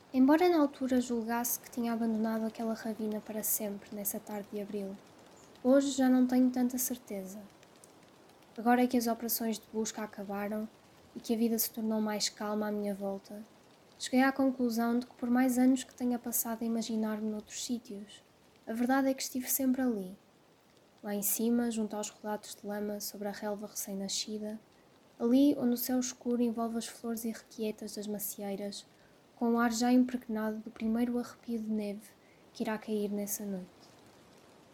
Embora na altura julgasse que tinha abandonado aquela ravina para sempre nessa tarde de abril, hoje já não tenho tanta certeza. Agora é que as operações de busca acabaram e que a vida se tornou mais calma à minha volta, cheguei à conclusão de que por mais anos que tenha passado a imaginar-me noutros sítios, a verdade é que estive sempre ali, lá em cima, junto aos rodados de lama sobre a relva recém-nascida, ali onde o céu escuro envolve as flores irrequietas das macieiras, com o ar já impregnado do primeiro arrepio de neve que irá cair nessa noite.